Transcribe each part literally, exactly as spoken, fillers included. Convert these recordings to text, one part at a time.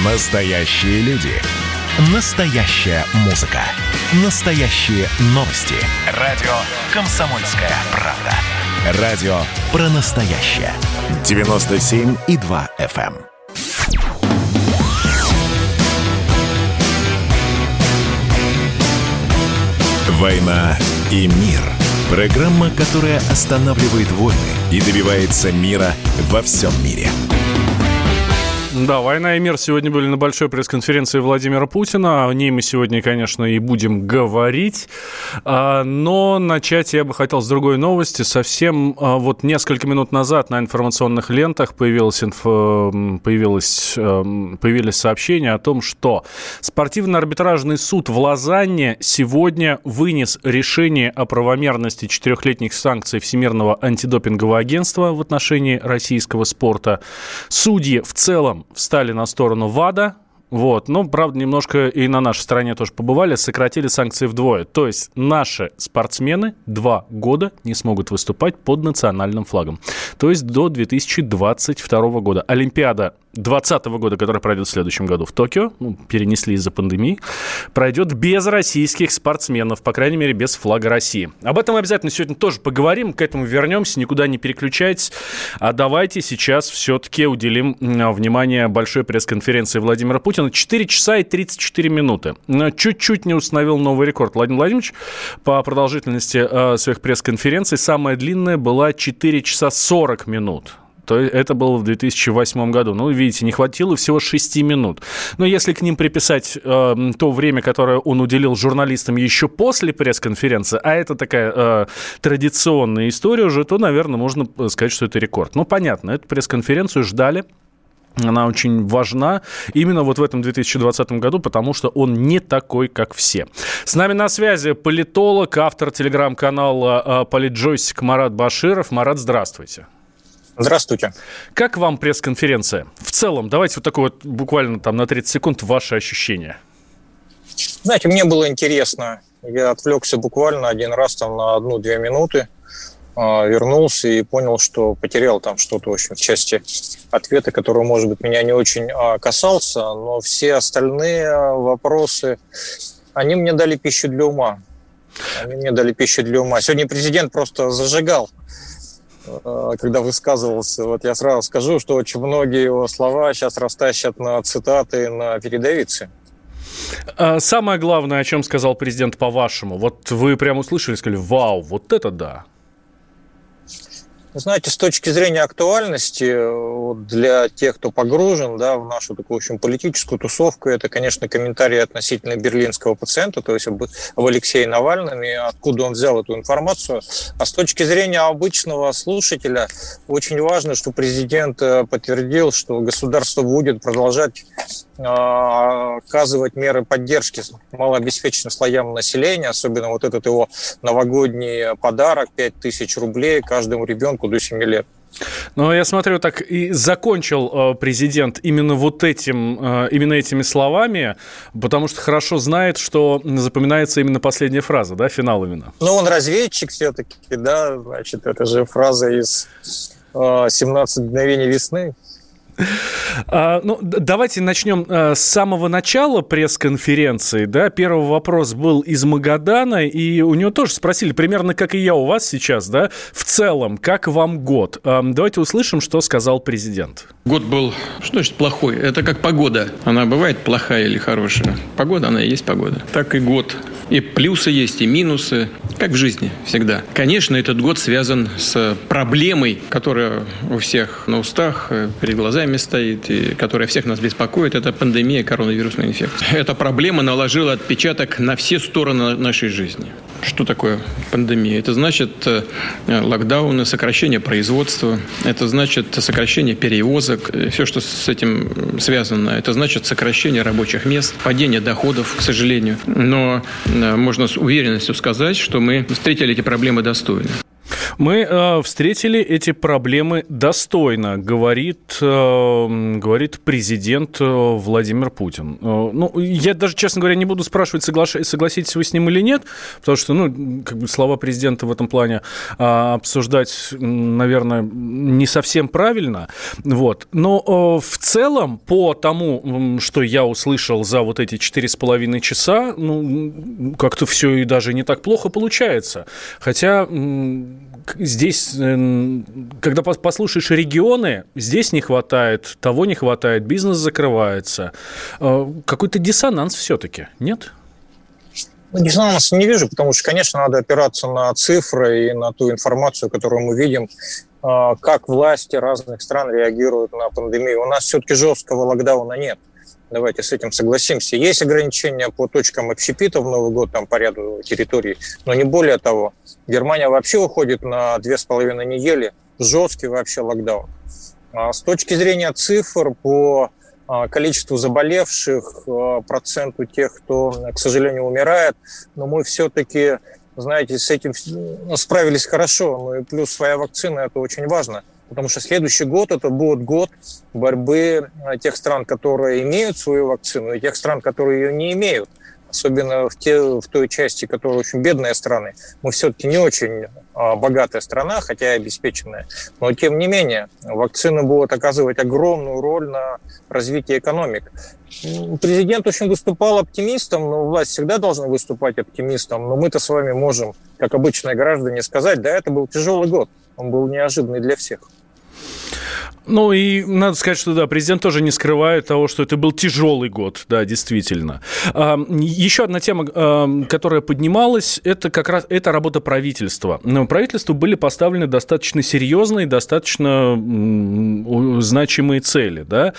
Настоящие люди. Настоящая музыка. Настоящие новости. Радио «Комсомольская правда». Радио про настоящее. девяносто семь и два эф эм. «Война и мир». Программа, которая останавливает войны и добивается мира во всем мире. Да, «Война и мир» сегодня были на большой пресс-конференции Владимира Путина. О ней мы сегодня, конечно, и будем говорить. Но начать я бы хотел с другой новости. Совсем вот несколько минут назад на информационных лентах появилось, инфо, появилось, появились сообщения о том, что спортивно-арбитражный суд в Лозанне сегодня вынес решение о правомерности четырехлетних санкций Всемирного антидопингового агентства в отношении российского спорта. Судьи в целом встали на сторону ВАДА, вот, но, правда, немножко и на нашей стороне тоже побывали, сократили санкции вдвое. То есть наши спортсмены два года не смогут выступать под национальным флагом. То есть до две тысячи двадцать второго года. Олимпиада двадцатого года, которая пройдет в следующем году в Токио, ну, перенесли из-за пандемии, пройдет без российских спортсменов, по крайней мере, без флага России. Об этом мы обязательно сегодня тоже поговорим, к этому вернемся, никуда не переключайтесь. А давайте сейчас все-таки уделим внимание большой пресс-конференции Владимира Путина. четыре часа и тридцать четыре минуты. Чуть-чуть не установил новый рекорд Владимир Владимирович по продолжительности э, своих пресс-конференций. Самая длинная была четыре часа сорок минут. То это было в две тысячи восьмом году. Ну, видите, не хватило всего шести минут. Но если к ним приписать э, то время, которое он уделил журналистам еще после пресс-конференции, а это такая э, традиционная история уже, то, наверное, можно сказать, что это рекорд. Ну, понятно, эту пресс-конференцию ждали. Она очень важна именно вот в этом две тысячи двадцатом году, потому что он не такой, как все. С нами на связи политолог, автор телеграм-канала «Политджойстик» Марат Баширов. Марат, здравствуйте. Здравствуйте. Как вам пресс-конференция? В целом, давайте вот такое вот буквально там на тридцать секунд ваши ощущения. Знаете, мне было интересно. Я отвлекся буквально один раз там на одну-две минуты, вернулся и понял, что потерял там что-то, в общем, в части ответа, который, может быть, меня не очень касался, но все остальные вопросы, они мне дали пищу для ума. Они мне дали пищу для ума. Сегодня президент просто зажигал, когда высказывался. Вот я сразу скажу, что очень многие его слова сейчас растащат на цитаты, на передовицы. Самое главное, о чем сказал президент, по-вашему, вот вы прямо услышали, сказали: вау, вот это да. Знаете, с точки зрения актуальности, вот для тех, кто погружен, да, в нашу такую, в общем, политическую тусовку, это, конечно, комментарии относительно берлинского пациента, то есть об, об Алексее Навальном, и откуда он взял эту информацию. А с точки зрения обычного слушателя, очень важно, что президент подтвердил, что государство будет продолжать э, оказывать меры поддержки малообеспеченным слоям населения, особенно вот этот его новогодний подарок, пять тысяч рублей каждому ребенку до семи лет. Ну, я смотрю, так и закончил э, президент именно вот этим, э, именно этими словами, потому что хорошо знает, что запоминается именно последняя фраза, да, финал именно. Ну, он разведчик все-таки, да, значит, это же фраза из э, «семнадцать мгновений весны». А, ну, давайте начнем а, с самого начала пресс-конференции. Да? Первый вопрос был из Магадана, и у него тоже спросили, примерно как и я у вас сейчас, да, в целом, как вам год? А, давайте услышим, что сказал президент. Год был, что значит плохой? Это как погода. Она бывает плохая или хорошая. Погода, она и есть погода. Так и год. И плюсы есть, и минусы, как в жизни всегда. Конечно, этот год связан с проблемой, которая у всех на устах, перед глазами стоит, и которая всех нас беспокоит. Это пандемия коронавирусной инфекции. Эта проблема наложила отпечаток на все стороны нашей жизни. Что такое пандемия? Это значит локдауны, сокращение производства, это значит сокращение перевозок, все, что с этим связано. Это значит сокращение рабочих мест, падение доходов, к сожалению. Но можно с уверенностью сказать, что мы встретили эти проблемы достойно. Мы э, встретили эти проблемы достойно, говорит, э, говорит президент э, Владимир Путин. Э, ну, я даже, честно говоря, не буду спрашивать, соглаш... согласитесь вы с ним или нет, потому что, ну, как бы слова президента в этом плане э, обсуждать, наверное, не совсем правильно. Вот. Но э, в целом, по тому, что я услышал за вот эти четыре с половиной часа, ну, как-то все и даже не так плохо получается. Хотя здесь, когда послушаешь регионы, здесь не хватает, того не хватает, бизнес закрывается. Какой-то диссонанс все-таки, нет? Диссонанса не вижу, потому что, конечно, надо опираться на цифры и на ту информацию, которую мы видим, как власти разных стран реагируют на пандемию. У нас все-таки жесткого локдауна нет. Давайте с этим согласимся. Есть ограничения по точкам общепита в Новый год, там по ряду территорий, но не более того. Германия вообще уходит на две с половиной недели, жесткий вообще локдаун. С точки зрения цифр по количеству заболевших, проценту тех, кто, к сожалению, умирает, но мы все-таки, знаете, с этим справились хорошо. Ну и плюс своя вакцина, это очень важно. Потому что следующий год – это будет год борьбы тех стран, которые имеют свою вакцину, и тех стран, которые ее не имеют. Особенно в, те, в той части, которые очень бедные страны. Мы все-таки не очень а, богатая страна, хотя и обеспеченная. Но, тем не менее, вакцины будут оказывать огромную роль на развитии экономик. Президент очень выступал оптимистом, но власть всегда должна выступать оптимистом. Но мы-то с вами можем, как обычные граждане, сказать, да, это был тяжелый год. Он был неожиданный для всех. Ну, и надо сказать, что, да, президент тоже не скрывает того, что это был тяжелый год, да, действительно. Еще одна тема, которая поднималась, это как раз это работа правительства. Правительству были поставлены достаточно серьезные, достаточно значимые цели, да,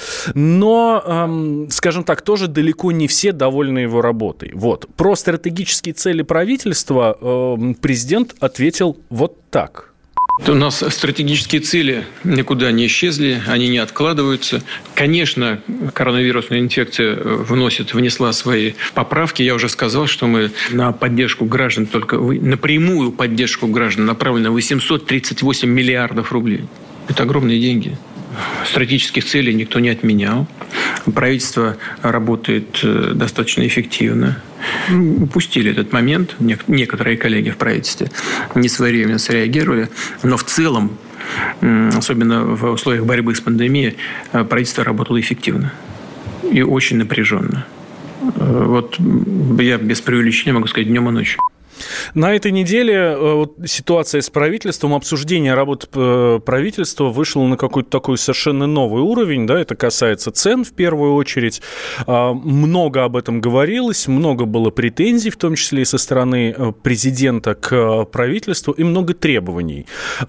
но, скажем так, тоже далеко не все довольны его работой. Вот. Про стратегические цели правительства президент ответил вот так. У нас стратегические цели никуда не исчезли, они не откладываются. Конечно, коронавирусная инфекция вносит, внесла свои поправки. Я уже сказал, что мы на поддержку граждан, только на прямую поддержку граждан направлено восемьсот тридцать восемь миллиардов рублей. Это огромные деньги. Стратегических целей никто не отменял. Правительство работает достаточно эффективно. Упустили этот момент. Некоторые коллеги в правительстве не своевременно среагировали. Но в целом, особенно в условиях борьбы с пандемией, правительство работало эффективно и очень напряженно. Вот я без преувеличения могу сказать, днем и ночью. На этой неделе вот, ситуация с правительством, обсуждение работы правительства вышло на какой-то такой совершенно новый уровень. Да, это касается цен в первую очередь. Много об этом говорилось, много было претензий, в том числе и со стороны президента к правительству, и много требований.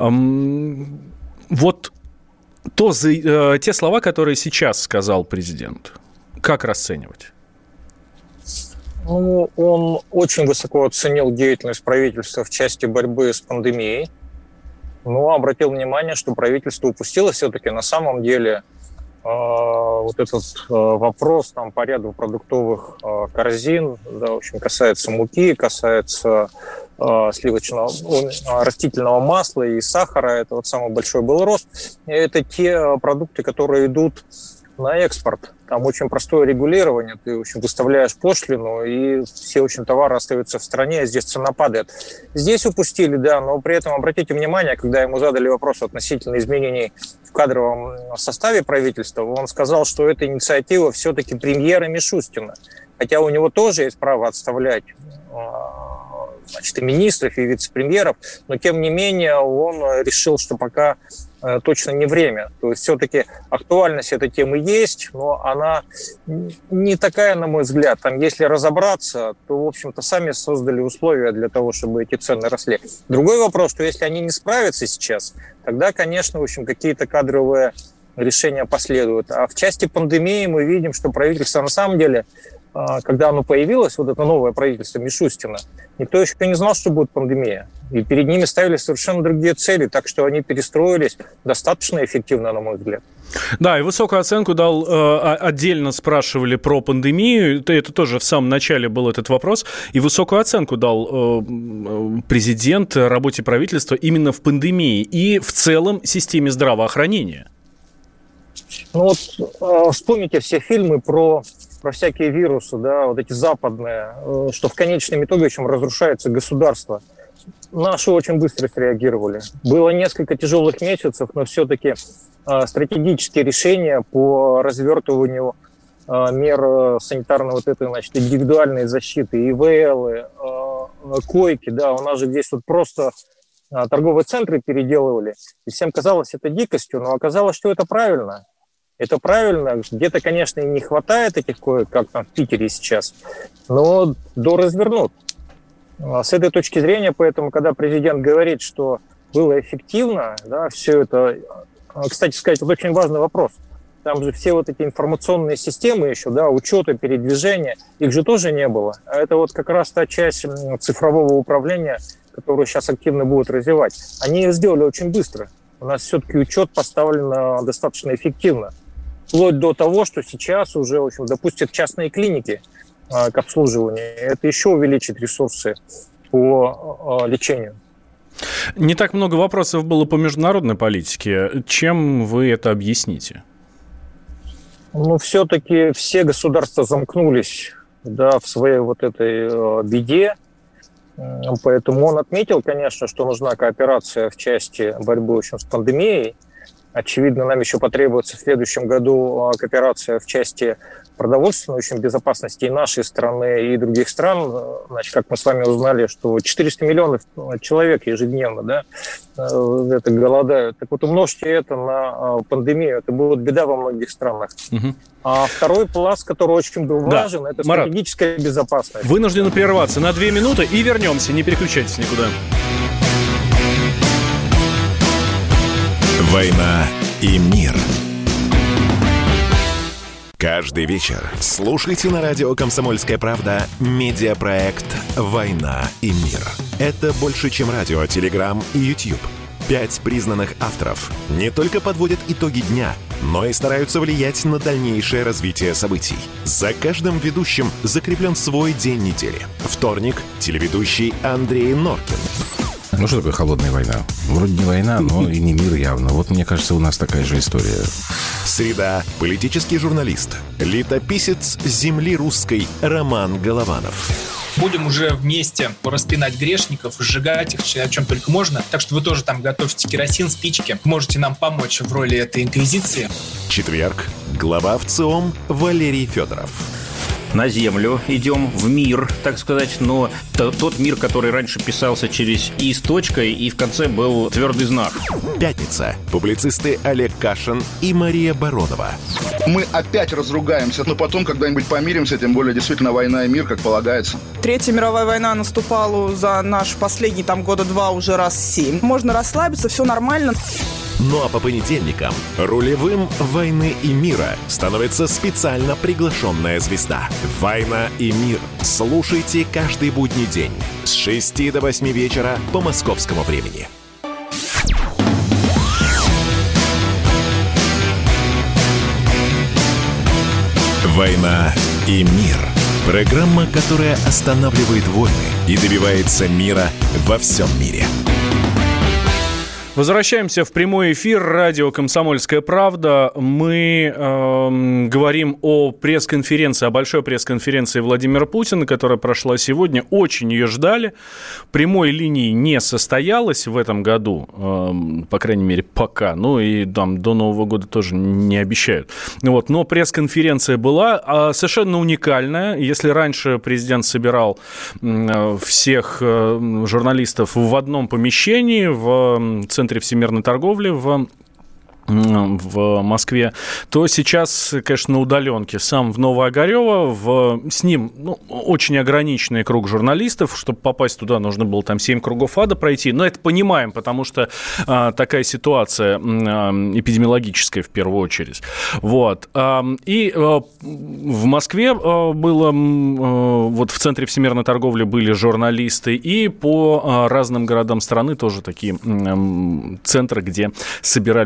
Вот то, те слова, которые сейчас сказал президент, как расценивать? Ну, он очень высоко оценил деятельность правительства в части борьбы с пандемией, но обратил внимание, что правительство упустило все-таки на самом деле э, вот этот э, вопрос там, по ряду продуктовых э, корзин, да, в общем, касается муки, касается э, сливочного, э, растительного масла и сахара. Это вот самый большой был рост. И это те продукты, которые идут на экспорт. Там очень простое регулирование. Ты, в общем, выставляешь пошлину, и все очень товары остаются в стране, а здесь цена падает. Здесь упустили, да, но при этом обратите внимание, когда ему задали вопрос относительно изменений в кадровом составе правительства, он сказал, что эта инициатива все-таки премьера Мишустина. Хотя у него тоже есть право отставлять, значит, и министров, и вице-премьеров, но тем не менее он решил, что пока точно не время. То есть все-таки актуальность этой темы есть, но она не такая, на мой взгляд. Там, если разобраться, то, в общем-то, сами создали условия для того, чтобы эти цены росли. Другой вопрос, что если они не справятся сейчас, тогда, конечно, в общем, какие-то кадровые решения последуют. А в части пандемии мы видим, что правительство на самом деле, когда оно появилось, вот это новое правительство Мишустина, никто еще не знал, что будет пандемия. И перед ними ставили совершенно другие цели, так что они перестроились достаточно эффективно, на мой взгляд. Да, и высокую оценку дал, э, отдельно спрашивали про пандемию, это, это тоже в самом начале был этот вопрос, и высокую оценку дал э, президент работе правительства именно в пандемии и в целом системе здравоохранения. Ну вот э, вспомните все фильмы про, про всякие вирусы, да, вот эти западные, э, что в конечном итоге, в общем, разрушается государство. Наши очень быстро среагировали. Было несколько тяжелых месяцев, но все-таки э, стратегические решения по развертыванию э, мер санитарной вот этой, значит, индивидуальной защиты, ИВЛ, э, койки, да, у нас же здесь вот просто э, торговые центры переделывали, и всем казалось это дикостью, но оказалось, что это правильно. Это правильно. Где-то, конечно, и не хватает этих коек, как там в Питере сейчас, но доразвернут. С этой точки зрения, поэтому, когда президент говорит, что было эффективно, да, все это... Кстати сказать, вот очень важный вопрос. Там же все вот эти информационные системы еще, да, учета, передвижения, их же тоже не было. А это вот как раз та часть цифрового управления, которую сейчас активно будут развивать. Они ее сделали очень быстро. У нас все-таки учет поставлен достаточно эффективно. Вплоть до того, что сейчас уже, в общем, допустят частные клиники к обслуживанию. Это еще увеличит ресурсы по лечению. Не так много вопросов было по международной политике. Чем вы это объясните? Ну, все-таки все государства замкнулись, да, в своей вот этой беде. Поэтому он отметил, конечно, что нужна кооперация в части борьбы, в общем, с пандемией. Очевидно, нам еще потребуется в следующем году кооперация в части продовольственной, в общем, безопасности и нашей страны, и других стран. Значит, как мы с вами узнали, что четыреста миллионов человек ежедневно, да, это голодают. Так вот, умножьте это на пандемию, это будет беда во многих странах. Угу. А второй пласт, который очень был важен, да. Это Марат, стратегическая безопасность. Вынуждены прерваться на две минуты и вернемся. Не переключайтесь никуда. «Война и мир». Каждый вечер слушайте на радио «Комсомольская правда» медиапроект «Война и мир». Это больше, чем радио, телеграм и YouTube. Пять признанных авторов не только подводят итоги дня, но и стараются влиять на дальнейшее развитие событий. За каждым ведущим закреплен свой день недели. Вторник – телеведущий Андрей Норкин. Ну, что такое холодная война? Вроде не война, но и не мир явно. Вот, мне кажется, у нас такая же история. Среда. Политический журналист, летописец земли русской Роман Голованов. Будем уже вместе распинать грешников, сжигать их, о чем только можно. Так что вы тоже там готовьте керосин, спички. Можете нам помочь в роли этой инквизиции. Четверг. Глава ВЦИОМ Валерий Федоров. На землю идем, в мир, так сказать, но тот мир, который раньше писался через «и» с точкой, и в конце был твердый знак. Пятница. Публицисты Олег Кашин и Мария Баронова. Мы опять разругаемся, но потом когда-нибудь помиримся, тем более действительно война и мир, как полагается. Третья мировая война наступала за наш последний там года два уже раз семь. Можно расслабиться, все нормально. Ну а по понедельникам рулевым «Войны и мира» становится специально приглашенная звезда. «Война и мир». Слушайте каждый будний день с шести до восьми вечера по московскому времени. «Война и мир». Программа, которая останавливает войны и добивается мира во всем мире. Возвращаемся в прямой эфир радио «Комсомольская правда». Мы э, говорим о пресс-конференции, о большой пресс-конференции Владимира Путина, которая прошла сегодня. Очень ее ждали. Прямой линии не состоялось в этом году, э, по крайней мере, пока. Ну и там до Нового года тоже не обещают. Вот. Но пресс-конференция была совершенно уникальная. Если раньше президент собирал э, всех э, журналистов в одном помещении, в центре Центре всемирной торговли в, в Москве, то сейчас, конечно, на удаленке. Сам в Новоогарево, в, с ним ну, очень ограниченный круг журналистов. Чтобы попасть туда, нужно было там семь кругов ада пройти. Но это понимаем, потому что а, такая ситуация а, эпидемиологическая в первую очередь. Вот. А, и а, в Москве а, было, а, вот в Центре всемирной торговли были журналисты, и по а, разным городам страны тоже такие а, центры, где собирались журналисты.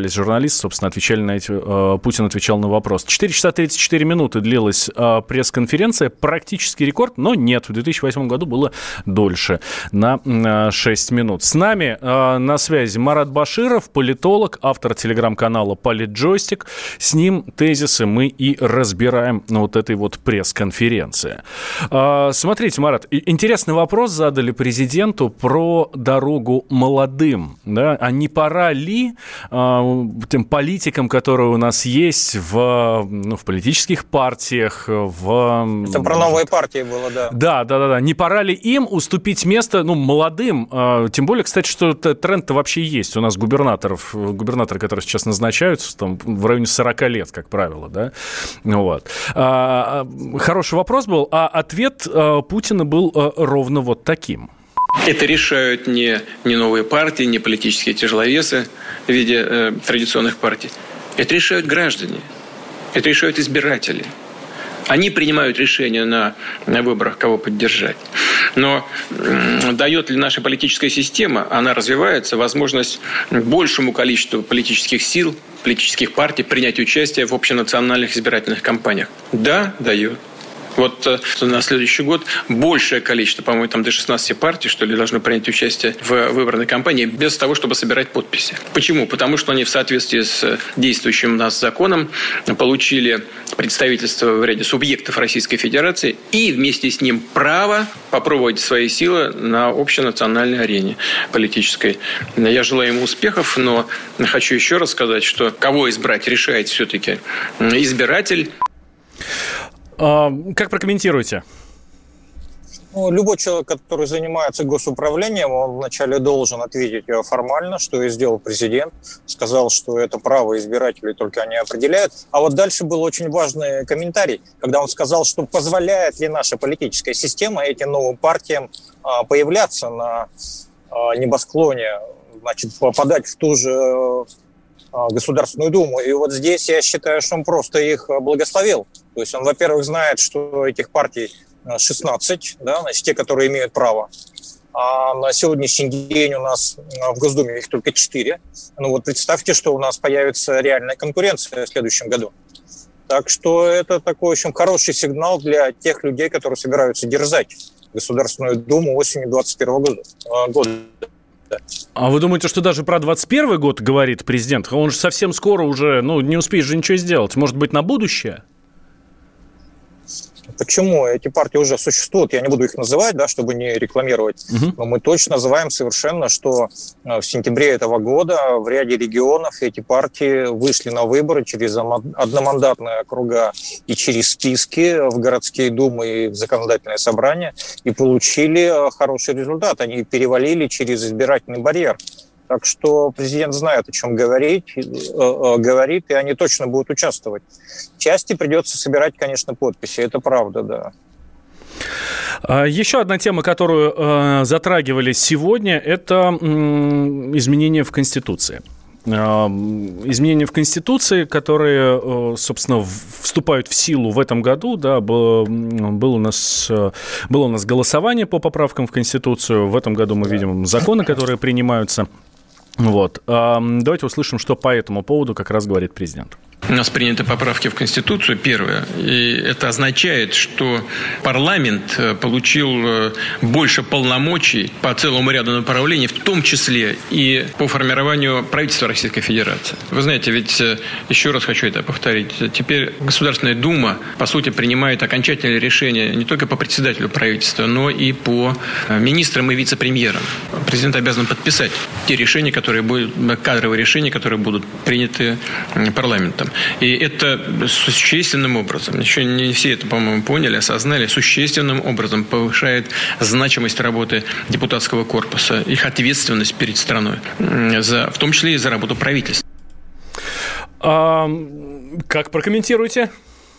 журналисты, собственно, отвечали на эти... Путин отвечал на вопрос. четыре часа тридцать четыре минуты длилась пресс-конференция. Практически рекорд, но нет. В две тысячи восьмом году было дольше, на шесть минут. С нами на связи Марат Баширов, политолог, автор телеграм-канала «Политджойстик». С ним тезисы мы и разбираем на вот этой вот пресс-конференции. Смотрите, Марат, интересный вопрос задали президенту про дорогу молодым. Да? А не пора ли э, тем политикам, которые у нас есть в, ну, в политических партиях, в... Это про новые партии было, да. Да, да, да, да. Не пора ли им уступить место, ну, молодым? Э, тем более, кстати, что тренд-то вообще есть. У нас губернаторов, губернаторы, которые сейчас назначаются, там, в районе сорок лет, как правило, да. Вот. А, хороший вопрос был, а ответ а, Путина был а, ровно вот таким. Это решают не, не новые партии, не политические тяжеловесы в виде э, традиционных партий. Это решают граждане. Это решают избиратели. Они принимают решения на, на выборах, кого поддержать. Но э, дает ли наша политическая система, она развивается, возможность большему количеству политических сил, политических партий принять участие в общенациональных избирательных кампаниях? Да, дает. Вот на следующий год большее количество, по-моему, там до шестнадцати партий, что ли, должны принять участие в выборной кампании без того, чтобы собирать подписи. Почему? Потому что они в соответствии с действующим у нас законом получили представительство в ряде субъектов Российской Федерации и вместе с ним право попробовать свои силы на общенациональной арене политической. Я желаю ему успехов, но хочу еще раз сказать, что кого избрать, решает все-таки избиратель. Как прокомментируете? Ну, любой человек, который занимается госуправлением, он вначале должен ответить формально, что и сделал президент. Сказал, что это право избирателей, только они определяют. А вот дальше был очень важный комментарий, когда он сказал, что позволяет ли наша политическая система этим новым партиям появляться на небосклоне, значит, попадать в ту же Государственную Думу. И вот здесь я считаю, что он просто их благословил. То есть он, во-первых, знает, что этих партий шестнадцать, да, значит, те, которые имеют право. А на сегодняшний день у нас в Госдуме их только четыре. Ну вот представьте, что у нас появится реальная конкуренция в следующем году. Так что это такой, в общем, хороший сигнал для тех людей, которые собираются дерзать Государственную Думу осенью двадцать первого года. А вы думаете, что даже про двадцать первый год говорит президент? Он же совсем скоро уже, ну, не успеет же ничего сделать. Может быть, на будущее? Почему? Эти партии уже существуют, я не буду их называть, да, чтобы не рекламировать, угу. Но мы точно называем совершенно, что в сентябре этого года в ряде регионов эти партии вышли на выборы через одномандатные округа и через списки в городские думы и в законодательное собрание и получили хороший результат. Они перевалили через избирательный барьер. Так что президент знает, о чем говорить, э, э, говорит, и они точно будут участвовать. Части придется собирать, конечно, подписи, это правда, да. Еще одна тема, которую э, затрагивали сегодня, это э, изменения в Конституции. Э, изменения в Конституции, которые, э, собственно, вступают в силу в этом году. Да, было, было, у нас, было у нас голосование по поправкам в Конституцию. В этом году мы видим законы, которые принимаются. Вот. Давайте услышим, что по этому поводу как раз говорит президент. У нас приняты поправки в Конституцию, первое. И это означает, что парламент получил больше полномочий по целому ряду направлений, в том числе и по формированию правительства Российской Федерации. Вы знаете, ведь, еще раз хочу это повторить, теперь Государственная Дума, по сути, принимает окончательное решение не только по председателю правительства, но и по министрам и вице-премьерам. Президент обязан подписать те решения, которые будут, кадровые решения, которые будут приняты парламентом. И это существенным образом, еще не все это, по-моему, поняли, осознали, существенным образом повышает значимость работы депутатского корпуса, их ответственность перед страной, за, в том числе и за работу правительства. А, как прокомментируете?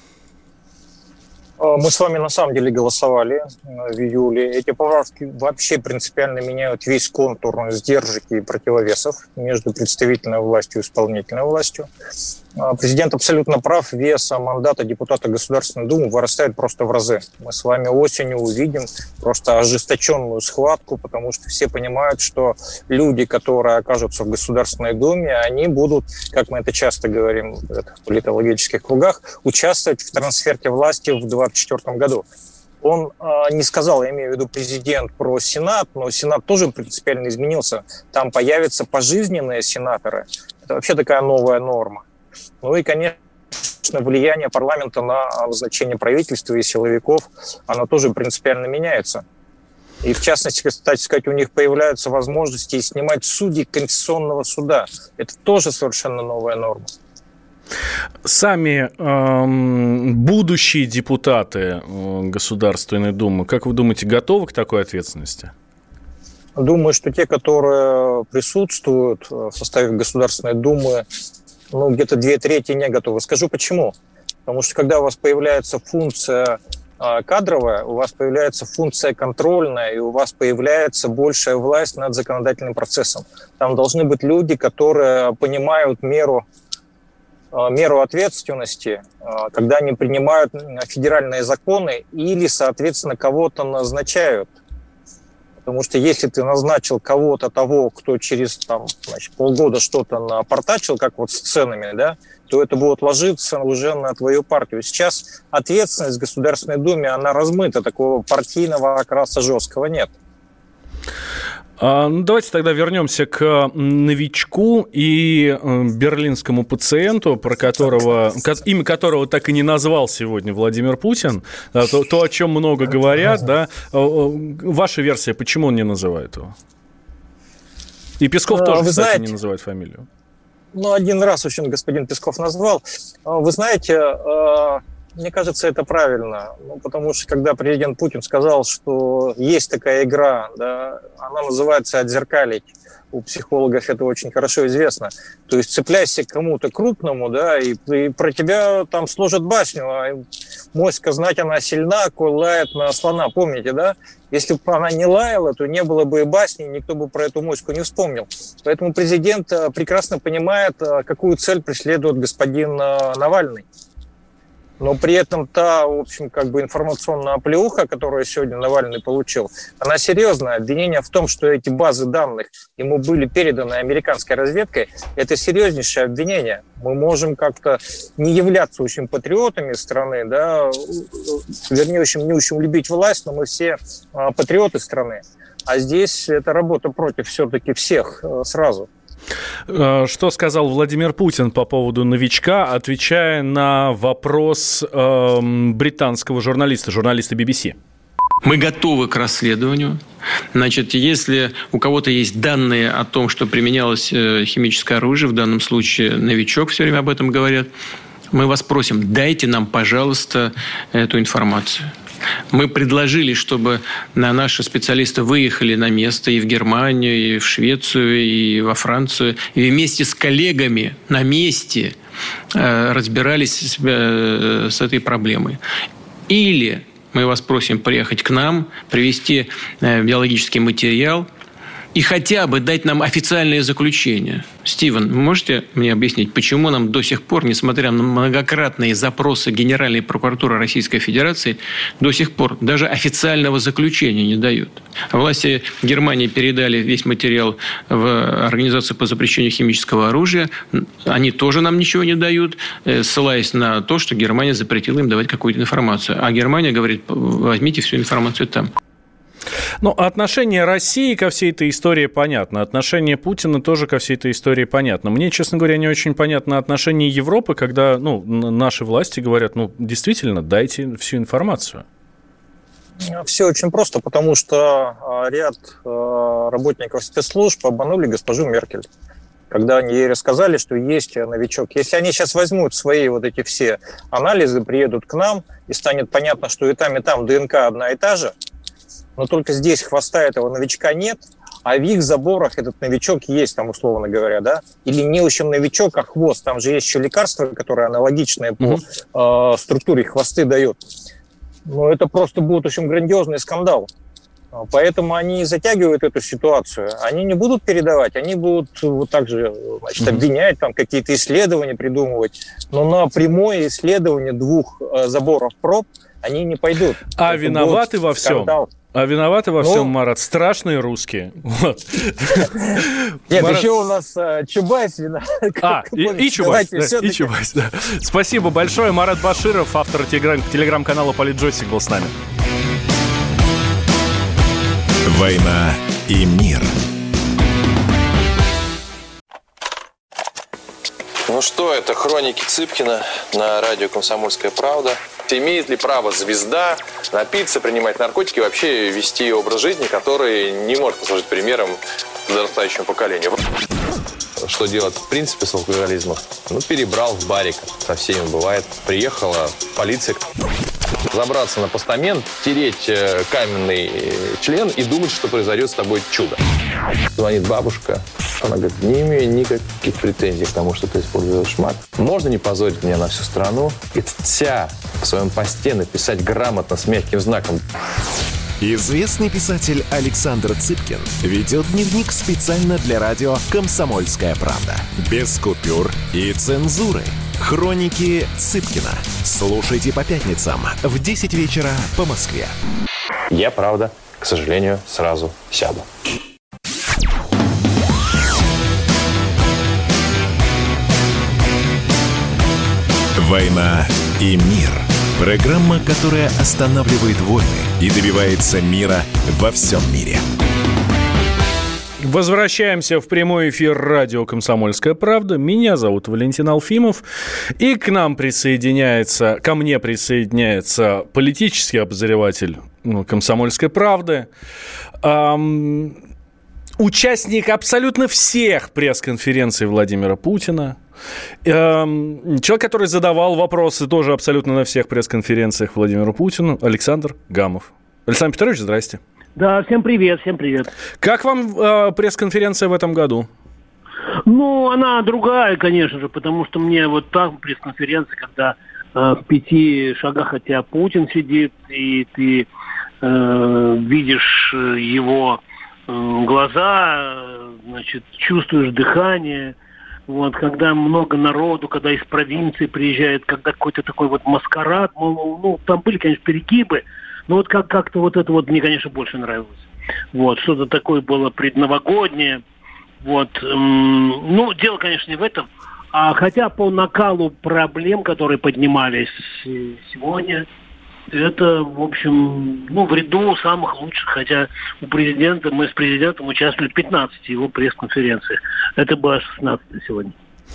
Мы с вами на самом деле голосовали в июле. Эти поправки вообще принципиально меняют весь контур сдержек и противовесов между представительной властью и исполнительной властью. Президент абсолютно прав, вес мандата депутата Государственной Думы вырастает просто в разы. Мы с вами осенью увидим просто ожесточенную схватку, потому что все понимают, что люди, которые окажутся в Государственной Думе, они будут, как мы это часто говорим в политологических кругах, участвовать в трансферте власти в двадцать четвёртом году. Он э, не сказал, я имею в виду президент, про Сенат, но Сенат тоже принципиально изменился. Там появятся пожизненные сенаторы. Это вообще такая новая норма. Ну и, конечно, влияние парламента на назначение правительства и силовиков, оно тоже принципиально меняется. И, в частности, кстати сказать, у них появляются возможности снимать судей Конституционного суда. Это тоже совершенно новая норма. Сами эм, будущие депутаты Государственной Думы, как вы думаете, готовы к такой ответственности? Думаю, что те, которые присутствуют в составе Государственной Думы, ну, где-то две трети не готовы. Скажу почему. Потому что когда у вас появляется функция э, кадровая, у вас появляется функция контрольная, и у вас появляется большая власть над законодательным процессом. Там должны быть люди, которые понимают меру, э, меру ответственности, э, когда они принимают федеральные законы или, соответственно, кого-то назначают. Потому что если ты назначил кого-то того, кто через там, значит, полгода что-то напортачил, как вот с ценами, да, то это будет ложиться уже на твою партию. Сейчас ответственность в Государственной Думе, она размыта, такого партийного окраса жесткого нет. Ну, давайте тогда вернемся к новичку и берлинскому пациенту, про которого, имя которого так и не назвал сегодня Владимир Путин. То, то о чем много говорят, да. Ваша версия, почему он не называет его? И Песков тоже, Вы кстати, знаете, не называет фамилию. Ну, один раз, в общем, господин Песков назвал. Вы знаете, мне кажется, это правильно, ну, потому что когда президент Путин сказал, что есть такая игра, да, она называется «отзеркалить». У психологов это очень хорошо известно. То есть цепляйся к кому-то крупному, да, и, и про тебя там сложат басню, а моська знать она сильна, коль лает на слона, помните, да? Если бы она не лаяла, то не было бы и басни, никто бы про эту моську не вспомнил. Поэтому президент прекрасно понимает, какую цель преследует господин Навальный. Но при этом та, в общем, как бы информационная оплеуха, которую сегодня Навальный получил, она серьезная. Обвинение в том, что эти базы данных ему были переданы американской разведкой, это серьезнейшее обвинение. Мы можем как-то не являться, в общем, патриотами страны, да, вернее, в общем, не учим любить власть, но мы все а, патриоты страны. А здесь это работа против все-таки всех а, сразу. Что сказал Владимир Путин по поводу новичка, отвечая на вопрос э, британского журналиста, журналиста би би си? Мы готовы к расследованию. Значит, если у кого-то есть данные о том, что применялось химическое оружие, в данном случае новичок все время об этом говорят, мы вас просим, дайте нам, пожалуйста, эту информацию. Мы предложили, чтобы наши специалисты выехали на место и в Германию, и в Швецию, и во Францию, и вместе с коллегами на месте разбирались с этой проблемой. Или мы вас просим приехать к нам, привезти биологический материал и хотя бы дать нам официальное заключение. Стивен, вы можете мне объяснить, почему нам до сих пор, несмотря на многократные запросы Генеральной прокуратуры Российской Федерации, до сих пор даже официального заключения не дают? Власти Германии передали весь материал в Организацию по запрещению химического оружия. Они тоже нам ничего не дают, ссылаясь на то, что Германия запретила им давать какую-то информацию. А Германия говорит, возьмите всю информацию там. Ну, отношение России ко всей этой истории понятно. Отношение Путина тоже ко всей этой истории понятно. Мне, честно говоря, не очень понятно отношение Европы, когда, ну, наши власти говорят, ну, действительно, дайте всю информацию. Все очень просто, потому что ряд работников спецслужб обманули госпожу Меркель, когда они ей рассказали, что есть новичок. Если они сейчас возьмут свои вот эти все анализы, приедут к нам, и станет понятно, что и там, и там ДНК одна и та же, но только здесь хвоста этого новичка нет, а в их заборах этот новичок есть, там, условно говоря, да? Или не, в общем, новичок, а хвост. Там же есть еще лекарства, которые аналогичные по mm-hmm. э, структуре хвосты дают. Но это просто будет, в общем, грандиозный скандал. Поэтому они затягивают эту ситуацию. Они не будут передавать, они будут вот так же, значит, обвинять, там какие-то исследования придумывать. Но на прямое исследование двух заборов проб они не пойдут. А Это виноваты во всем? Скандал. А виноваты во ну, всем, Марат, страшные русские. Вот. Нет, Марат... еще у нас а, Чубайс виноват. А, и, и Чубайс, да, и Чубайс, да. Спасибо большое. Марат Баширов, автор телеграм- телеграм-канала «Политджойстик», был с нами. «Война и мир». Ну что, это хроники Цыпкина на радио «Комсомольская правда». Имеет ли право звезда напиться, принимать наркотики и вообще вести образ жизни, который не может послужить примером подрастающему поколению? Что делать в принципе с алкоголизмом? Ну, перебрал в барик. Со всеми бывает. Приехала полиция. Забраться на постамент, тереть каменный член и думать, что произойдет с тобой чудо. Звонит бабушка. Она говорит, не имею никаких претензий к тому, что ты используешь мат. Можно не позорить меня на всю страну и вся в своем посте написать грамотно с мягким знаком. Известный писатель Александр Цыпкин ведет дневник специально для радио «Комсомольская правда». Без купюр и цензуры. Хроники Цыпкина. Слушайте по пятницам в десять вечера по Москве. Я, правда, к сожалению, сразу сяду. «Война и мир». Программа, которая останавливает войны и добивается мира во всем мире. Возвращаемся в прямой эфир радио «Комсомольская правда». Меня зовут Валентин Алфимов. И к нам присоединяется, ко мне присоединяется политический обозреватель ну, «Комсомольской правды», эм, участник абсолютно всех пресс-конференций Владимира Путина, эм, человек, который задавал вопросы тоже абсолютно на всех пресс-конференциях Владимиру Путину, Александр Гамов. Александр Петрович, здрасте. Да, всем привет, всем привет. Как вам э, пресс-конференция в этом году? Ну, она другая, конечно же, потому что мне вот так пресс-конференция, когда э, в пяти шагах от тебя Путин сидит, и ты э, видишь его э, глаза, значит, чувствуешь дыхание. Вот, когда много народу, когда из провинции приезжает, когда какой-то такой вот маскарад, мол, ну, там были, конечно, перегибы, но вот как- как-то вот это вот мне, конечно, больше нравилось. Вот, что-то такое было предновогоднее. Вот, эм, ну, дело, конечно, не в этом. А хотя по накалу проблем, которые поднимались сегодня, это, в общем, ну, в ряду самых лучших. Хотя у президента, мы с президентом участвовали в пятнадцати его пресс-конференциях. Это была шестнадцатая сегодня.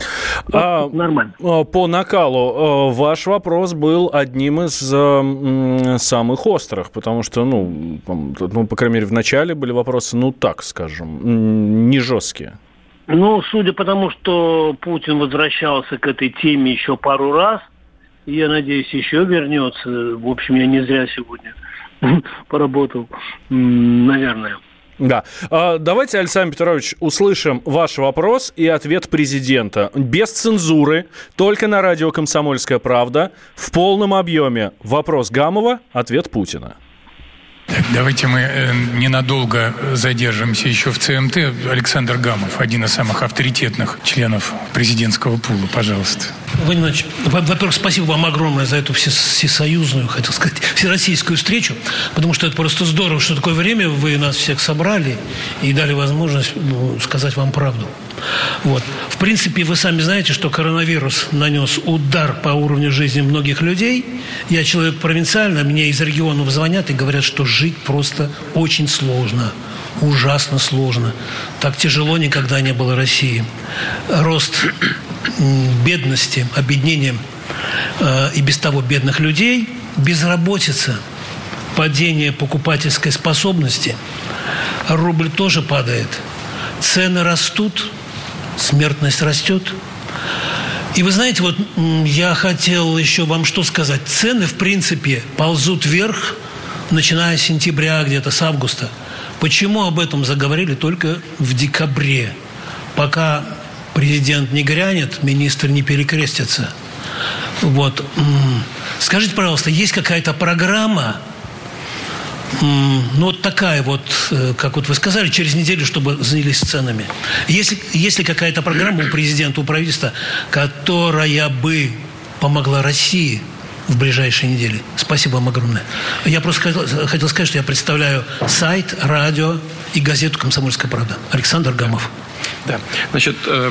А, нормально. По накалу. Ваш вопрос был одним из э, самых острых, потому что, ну, ну, по крайней мере, в начале были вопросы, ну, так скажем, не жесткие. Ну, судя по тому, что Путин возвращался к этой теме еще пару раз, и, я надеюсь, еще вернется. В общем, я не зря сегодня поработал, наверное. Да. Давайте, Александр Петрович, услышим ваш вопрос и ответ президента. Без цензуры, только на радио «Комсомольская правда», в полном объеме. Вопрос Гамова, ответ Путина. Давайте мы ненадолго задержимся еще в ЦМТ. Александр Гамов, один из самых авторитетных членов президентского пула. Пожалуйста. Владимир Ильич, во-первых, спасибо вам огромное за эту всесоюзную, хотел сказать, всероссийскую встречу, потому что это просто здорово, что такое время вы нас всех собрали и дали возможность ну, сказать вам правду. Вот. В принципе, вы сами знаете, что коронавирус нанес удар по уровню жизни многих людей. Я человек провинциальный, мне из регионов звонят и говорят, что жить просто очень сложно. Ужасно сложно. Так тяжело никогда не было России. Рост бедности, обеднения э, и без того бедных людей, безработица, падение покупательской способности, рубль тоже падает, цены растут, смертность растет. И вы знаете, вот я хотел еще вам что сказать. Цены, в принципе, ползут вверх, начиная с сентября, где-то с августа. Почему об этом заговорили только в декабре? Пока президент не грянет, министр не перекрестится. Вот. Скажите, пожалуйста, есть какая-то программа Ну, вот такая вот, как вот вы сказали, через неделю, чтобы занялись ценами. Если, если какая-то программа у президента, у правительства, которая бы помогла России в ближайшие недели. Спасибо вам огромное. Я просто хотел, хотел сказать, что я представляю сайт, радио и газету «Комсомольская правда». Александр Гамов. Да, значит, э,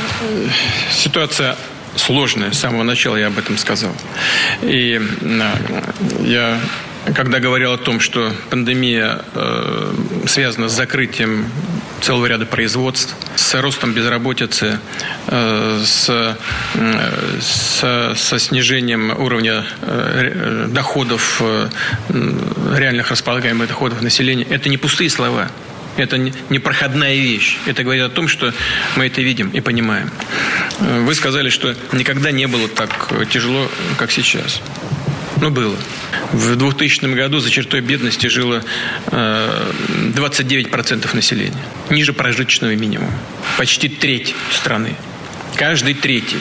ситуация сложная. С самого начала я об этом сказал. И э, я... Когда говорил о том, что пандемия э, связана с закрытием целого ряда производств, с ростом безработицы, э, с, э, с, со снижением уровня э, доходов, э, реальных располагаемых доходов населения, это не пустые слова. Это не проходная вещь. Это говорит о том, что мы это видим и понимаем. Вы сказали, что никогда не было так тяжело, как сейчас. Ну, было. В двухтысячном году за чертой бедности жило э, двадцать девять процентов населения. Ниже прожиточного минимума. Почти треть страны. Каждый третий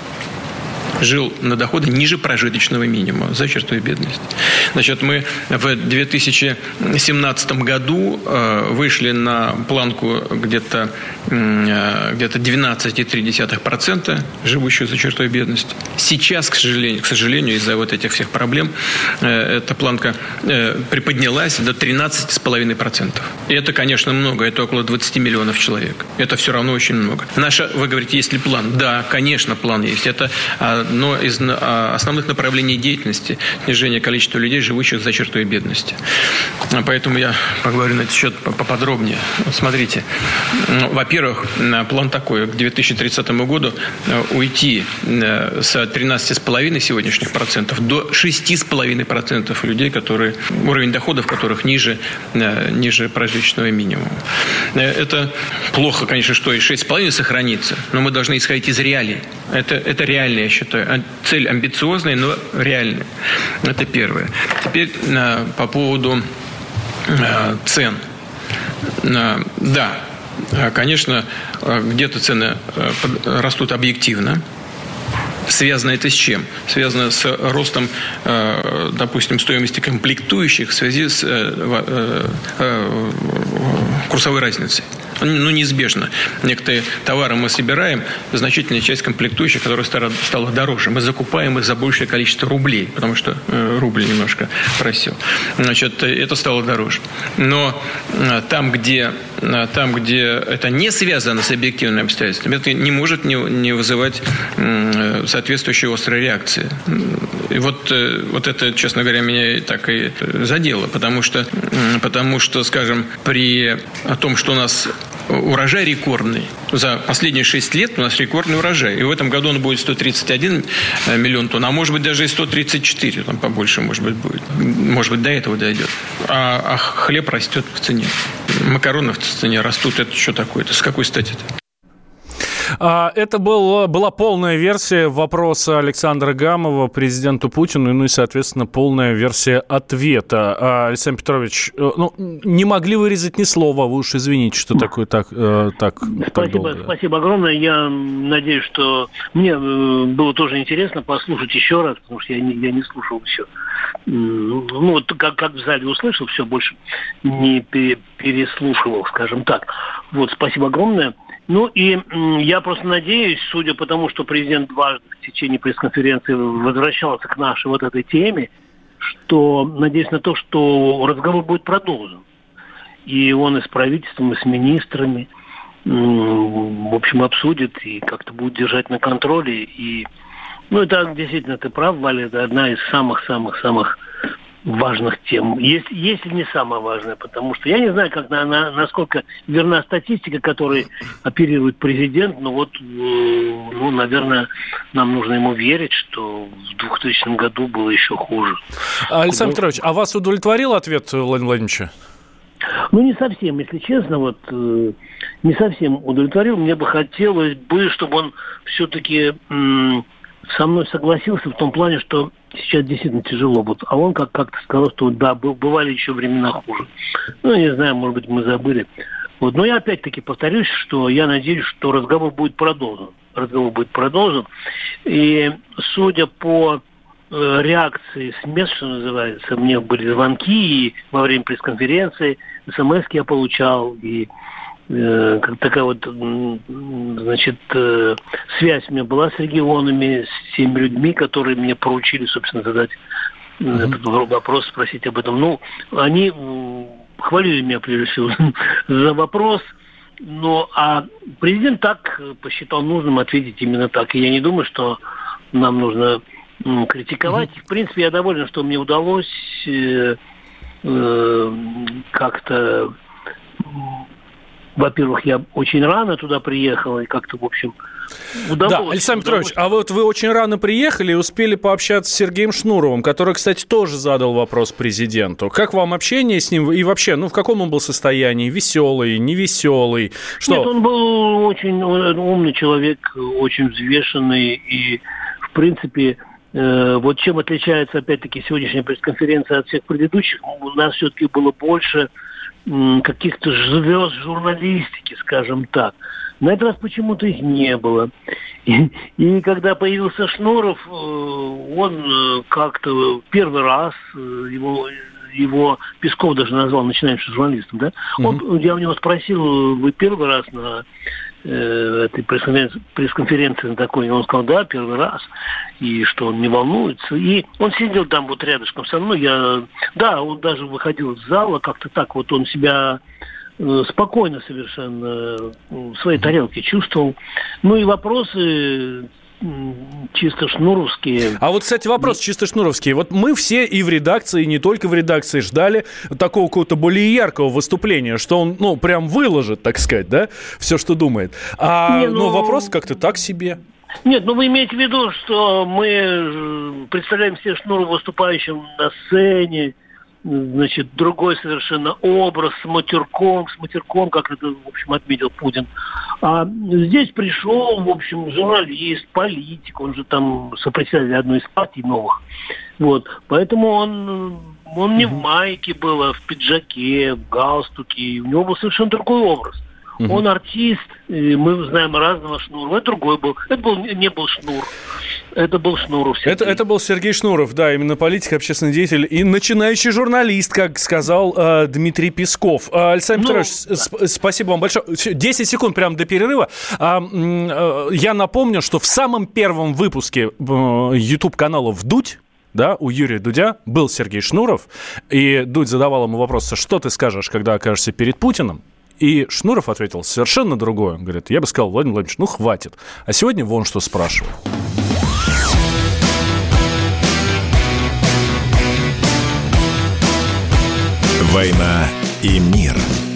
жил на доходы ниже прожиточного минимума за чертой бедности. Значит, мы в две тысячи семнадцатом году э, вышли на планку где-то, э, где-то двенадцать целых три десятых процента живущих за чертой бедности. Сейчас, к сожалению, к сожалению, из-за вот этих всех проблем э, эта планка э, приподнялась до тринадцать целых пять десятых процента. И это, конечно, много. Это около двадцать миллионов человек. Это все равно очень много. Наша, вы говорите, есть ли план? Да, конечно, план есть. Это одно из основных направлений деятельности – снижение количества людей, живущих за чертой бедности. Поэтому я поговорю на этот счет поподробнее. Вот смотрите. Во-первых, план такой. К две тысячи тридцатому году уйти с тринадцати целых пяти десятых сегодняшних процентов до шести целых пяти десятых процентов людей, которые, уровень доходов которых ниже, ниже прожиточного минимума. Это плохо, конечно, что и шесть целых пять десятых сохранится, но мы должны исходить из реалий. Это, это реально, я считаю. Цель амбициозная, но реальная. Это первое. Теперь по поводу цен. Да, конечно, где-то цены растут объективно. Связано это с чем? Связано с ростом, допустим, стоимости комплектующих в связи с курсовой разницей. Ну, неизбежно. Некоторые товары мы собираем, значительная часть комплектующих, которая стала, стала дороже. Мы закупаем их за большее количество рублей, потому что э, рубль немножко просел. Значит, это стало дороже. Но э, там, где, э, там, где это не связано с объективными обстоятельствами, это не может не, не вызывать э, соответствующей острой реакции. И вот, э, вот это, честно говоря, меня так и задело, потому что, э, потому что, скажем, при том, что у нас урожай рекордный. За последние шесть лет у нас рекордный урожай. И в этом году он будет сто тридцать один миллион тонн, а может быть даже и сто тридцать четыре, там побольше, может быть, будет. Может быть, до этого дойдет. А, а хлеб растет в цене. Макароны в цене растут. Это что такое-то? С какой стати-то? Это был, была полная версия вопроса Александра Гамова президенту Путину, ну и, соответственно, полная версия ответа. Александр Петрович, ну, не могли вырезать ни слова, вы уж извините, что такое так, так, спасибо, так долго. Спасибо огромное. Я надеюсь, что мне было тоже интересно послушать еще раз, потому что я не, я не слушал еще. Ну, вот как, как в зале услышал, все, больше не переслушивал, скажем так. Вот, спасибо огромное. Ну и м, я просто надеюсь, судя по тому, что президент дважды в течение пресс-конференции возвращался к нашей вот этой теме, что надеюсь на то, что разговор будет продолжен. И он и с правительством, и с министрами, м, в общем, обсудит и как-то будет держать на контроле. И, ну, это действительно, ты прав, Валя, это одна из самых-самых-самых важных тем, если, если не самое важное, потому что я не знаю, как на, на, насколько верна статистика, которой оперирует президент, но вот, ну, наверное, нам нужно ему верить, что в двухтысячном году было еще хуже. Александр Петрович, а вас удовлетворил ответ Владимира Владимировича? Ну, не совсем, если честно, вот, э, не совсем удовлетворил. Мне бы хотелось бы, чтобы он все-таки м- со мной согласился в том плане, что сейчас действительно тяжело. Вот. А он как- как-то сказал, что да, бывали еще времена хуже. Ну, не знаю, может быть, мы забыли. Вот. Но я опять-таки повторюсь, что я надеюсь, что разговор будет продолжен. Разговор будет продолжен. И судя по реакции с мест, что называется. Мне были звонки и во время пресс-конференции, смс-ки я получал, и э, как такая вот, значит, э, связь у меня была с регионами, с теми людьми, которые мне поручили, собственно, задать mm-hmm. этот вопрос, спросить об этом. Ну, они хвалили меня, прежде всего, за вопрос. Ну, а президент так посчитал нужным ответить именно так. И я не думаю, что нам нужно критиковать. Mm-hmm. В принципе, я доволен, что мне удалось э, э, как-то... Во-первых, я очень рано туда приехал, и как-то, в общем, удалось. Да, Александр Петрович, а вот вы очень рано приехали и успели пообщаться с Сергеем Шнуровым, который, кстати, тоже задал вопрос президенту. Как вам общение с ним? И вообще, ну, в каком он был состоянии? Веселый, невеселый? Что? Нет, он был очень умный человек, очень взвешенный, и, в принципе... Вот чем отличается, опять-таки, сегодняшняя пресс-конференция от всех предыдущих, у нас все-таки было больше каких-то звезд журналистики, скажем так. На этот раз почему-то их не было. И, и когда появился Шнуров, он как-то первый раз, его, его Песков даже назвал начинающим журналистом, да? Он, mm-hmm. Я у него спросил, вы первый раз на этой пресс-конференции, пресс-конференции такой, и он сказал, да, первый раз, и что он не волнуется. И он сидел там вот рядышком со мной, я, да, он даже выходил из зала, как-то так вот он себя э, спокойно совершенно в своей тарелке чувствовал. Ну и вопросы чисто шнуровские. А вот, кстати, вопрос чисто шнуровский. Вот мы все и в редакции, и не только в редакции ждали такого какого-то более яркого выступления, что он, ну, прям выложит, так сказать, да, все, что думает. А, не, ну... ну, вопрос как-то так себе. Нет, ну вы имеете в виду, что мы представляем себе Шнурова выступающим на сцене, значит, другой совершенно образ с матерком, с матерком, как это, в общем, отметил Путин. А здесь пришел, в общем, журналист, политик, он же там сопредседатель одной из партий новых. Вот, поэтому он, он не в майке был, а в пиджаке, в галстуке, у него был совершенно другой образ. Uh-huh. Он артист, мы знаем разного Шнурова. Это другой был. Это был, не был Шнур. Это был Шнуров. Это, это был Сергей Шнуров, да, именно политик, общественный деятель и начинающий журналист, как сказал э, Дмитрий Песков. Э, Александр ну, Петрович, да. сп- спасибо вам большое. десять секунд прямо до перерыва. Э, э, я напомню, что в самом первом выпуске э, YouTube-канала «Вдудь», да, у Юрия Дудя был Сергей Шнуров, и Дудь задавал ему вопрос, что ты скажешь, когда окажешься перед Путиным? И Шнуров ответил совершенно другое. Он говорит, я бы сказал, Владимир Владимирович, ну хватит. А сегодня вон что спрашиваю. «Война и мир».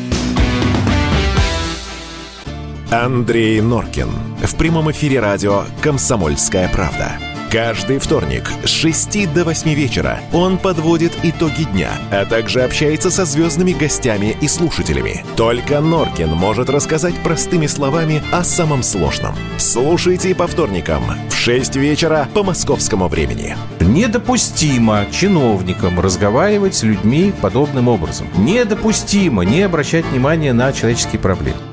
Андрей Норкин. В прямом эфире радио «Комсомольская правда». Каждый вторник с шести до восьми вечера он подводит итоги дня, а также общается со звездными гостями и слушателями. Только Норкин может рассказать простыми словами о самом сложном. Слушайте по вторникам в шесть вечера по московскому времени. Недопустимо чиновникам разговаривать с людьми подобным образом. Недопустимо не обращать внимания на человеческие проблемы.